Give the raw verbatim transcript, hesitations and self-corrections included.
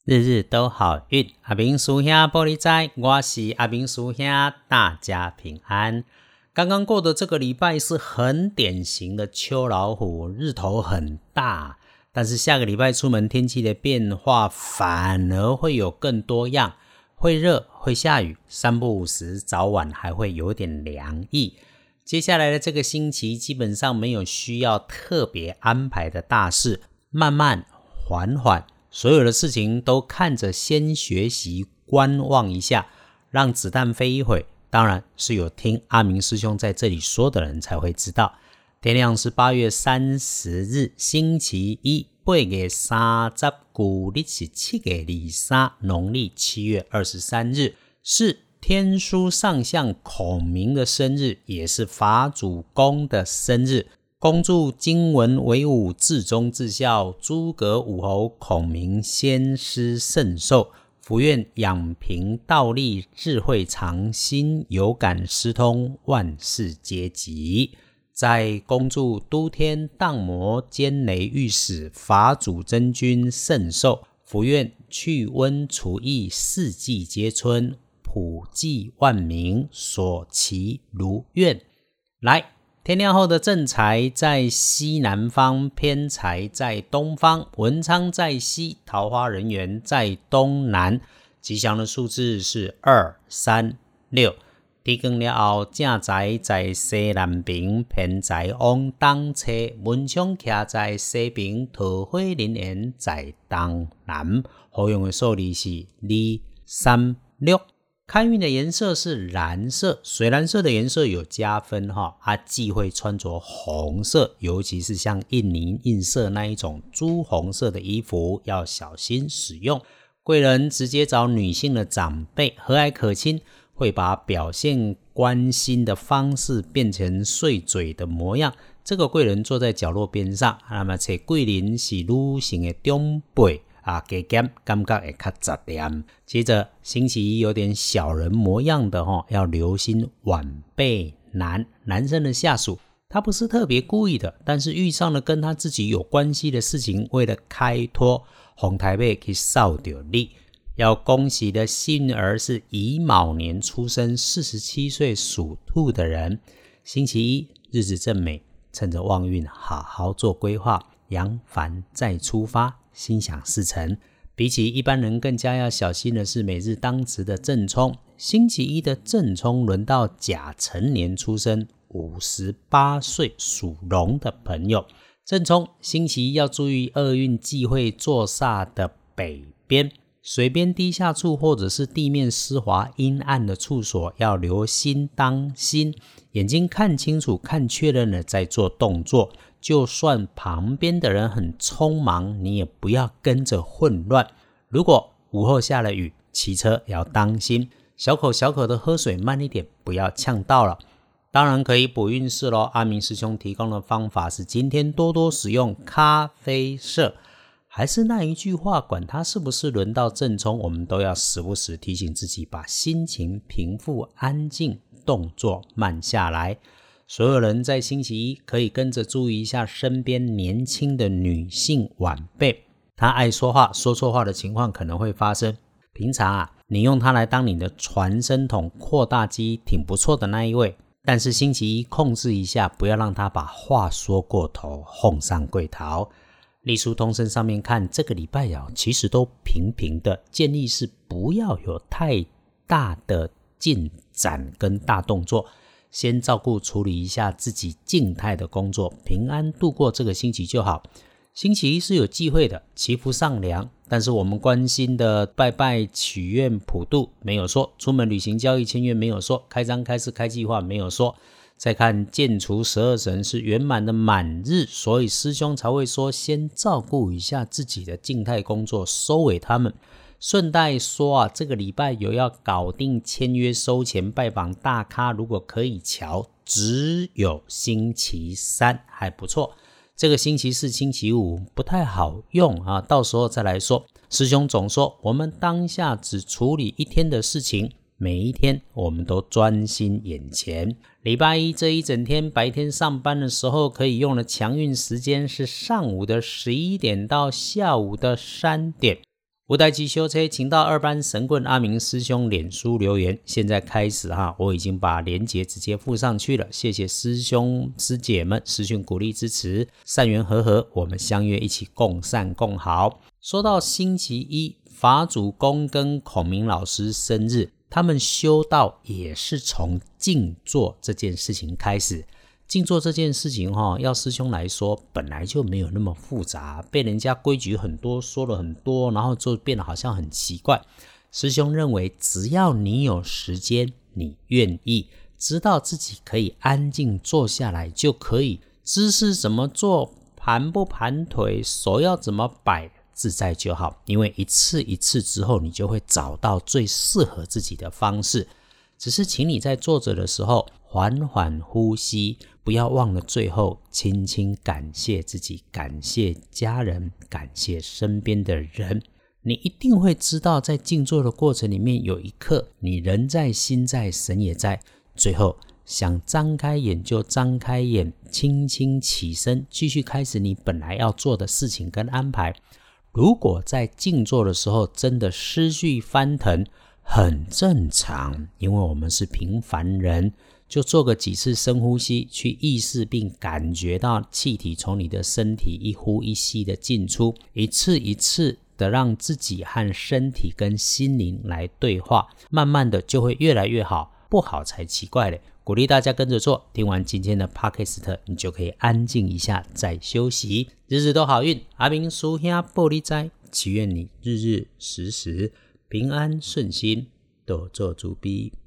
日日都好运，阿明师兄玻璃斋，我是阿明师兄，大家平安。刚刚过的这个礼拜是很典型的秋老虎，日头很大，但是下个礼拜出门天气的变化反而会有更多样，会热会下雨，三不五时早晚还会有点凉意。接下来的这个星期基本上没有需要特别安排的大事，慢慢缓缓，所有的事情都看着先学习观望一下，让子弹飞一会，当然是有听阿明师兄在这里说的人才会知道。天亮是八月三十日星期一，八月三十，古历是七月二十三，农历七月二十三日，是天书上相孔明的生日，也是法主公的生日。恭祝今文为武，至忠至孝，诸葛武侯孔明先师圣寿，福愿养平道立，智慧长新，有感师通，万事皆吉。在恭祝都天荡魔监雷御史法主真君圣寿，福愿去瘟除疫，四季皆春，普济万民，所祈如愿。来，天亮后的正财在西南方，偏财在东方，文昌在西，桃花人缘在东南。吉祥的数字是二、三、六。天光了后，正财在西南边，偏财往东侧，文昌徛在西边，桃花人缘在东南。好用的数字是二、三、六。开运的颜色是蓝色，水蓝色的颜色有加分哈，啊，忌讳穿着红色，尤其是像印尼印色那一种朱红色的衣服，要小心使用。贵人直接找女性的长辈，和蔼可亲，会把表现关心的方式变成碎嘴的模样。这个贵人坐在角落边上，那么这贵人是女性的长辈啊，加减感觉会较杂点。接着星期一有点小人模样的、哦、要留心晚辈男，男生的下属，他不是特别故意的，但是遇上了跟他自己有关系的事情，为了开脱，红台北去扫到你。要恭喜的幸运儿是乙卯年出生，四十七岁属兔的人。星期一日子正美，趁着旺运好好做规划，扬帆再出发，心想事成。比起一般人更加要小心的是每日当值的正冲。星期一的正冲轮到甲辰年出生，五十八岁属龙的朋友。正冲星期一要注意厄运忌讳坐煞的北边，水边低下处或者是地面湿滑阴暗的处所要留心当心，眼睛看清楚看确认了再做动作。就算旁边的人很匆忙，你也不要跟着混乱。如果午后下了雨，骑车要当心，小口小口的喝水，慢一点，不要呛到了。当然可以补运势咯，阿明师兄提供的方法是今天多多使用咖啡色。还是那一句话，管它是不是轮到正冲，我们都要时不时提醒自己，把心情平复安静，动作慢下来。所有人在星期一可以跟着注意一下身边年轻的女性晚辈，她爱说话，说错话的情况可能会发生。平常啊，你用它来当你的传声筒，扩大机挺不错的那一位，但是星期一控制一下，不要让她把话说过头，哄上贵桃。历书通身上面看，这个礼拜啊，其实都平平的，建议是不要有太大的进展跟大动作，先照顾处理一下自己静态的工作，平安度过这个星期就好。星期一是有忌讳的，祈福上梁，但是我们关心的拜拜许愿普渡没有说，出门旅行交易签约没有说，开张开市开计划没有说。再看建除十二神是圆满的满日，所以师兄才会说先照顾一下自己的静态工作，收尾他们。顺带说啊，这个礼拜有要搞定签约收钱拜访大咖，如果可以瞧，只有星期三还不错，这个星期四星期五不太好用啊，到时候再来说。师兄总说我们当下只处理一天的事情，每一天我们都专心眼前。礼拜一这一整天白天上班的时候可以用的强运时间是上午的十一点到下午的三点。 无代机修车，请到二班神棍阿明师兄脸书留言。现在开始哈，我已经把连结直接附上去了，谢谢师兄师姐们私讯鼓励支持，善缘和合，我们相约一起共善共好。说到星期一，法主公跟孔明老师生日，他们修道也是从静坐这件事情开始。静坐这件事情哈，要师兄来说本来就没有那么复杂，被人家规矩很多说了很多，然后就变得好像很奇怪。师兄认为只要你有时间，你愿意知道自己可以安静坐下来就可以，姿势怎么做，盘不盘腿，手要怎么摆，自在就好。因为一次一次之后，你就会找到最适合自己的方式。只是请你在坐着的时候缓缓呼吸，不要忘了最后轻轻感谢自己，感谢家人，感谢身边的人。你一定会知道，在静坐的过程里面，有一刻你人在心在神也在，最后想张开眼就张开眼，轻轻起身，继续开始你本来要做的事情跟安排。如果在静坐的时候真的思绪翻腾，很正常，因为我们是平凡人，就做个几次深呼吸，去意识并感觉到气体从你的身体一呼一吸的进出，一次一次的让自己和身体跟心灵来对话，慢慢的就会越来越好，不好才奇怪嘞。鼓励大家跟着做，听完今天的 Podcast 你就可以安静一下再休息，日日都好运。阿明师兄报你知，祈愿你日日时时平安顺心，多做主逼。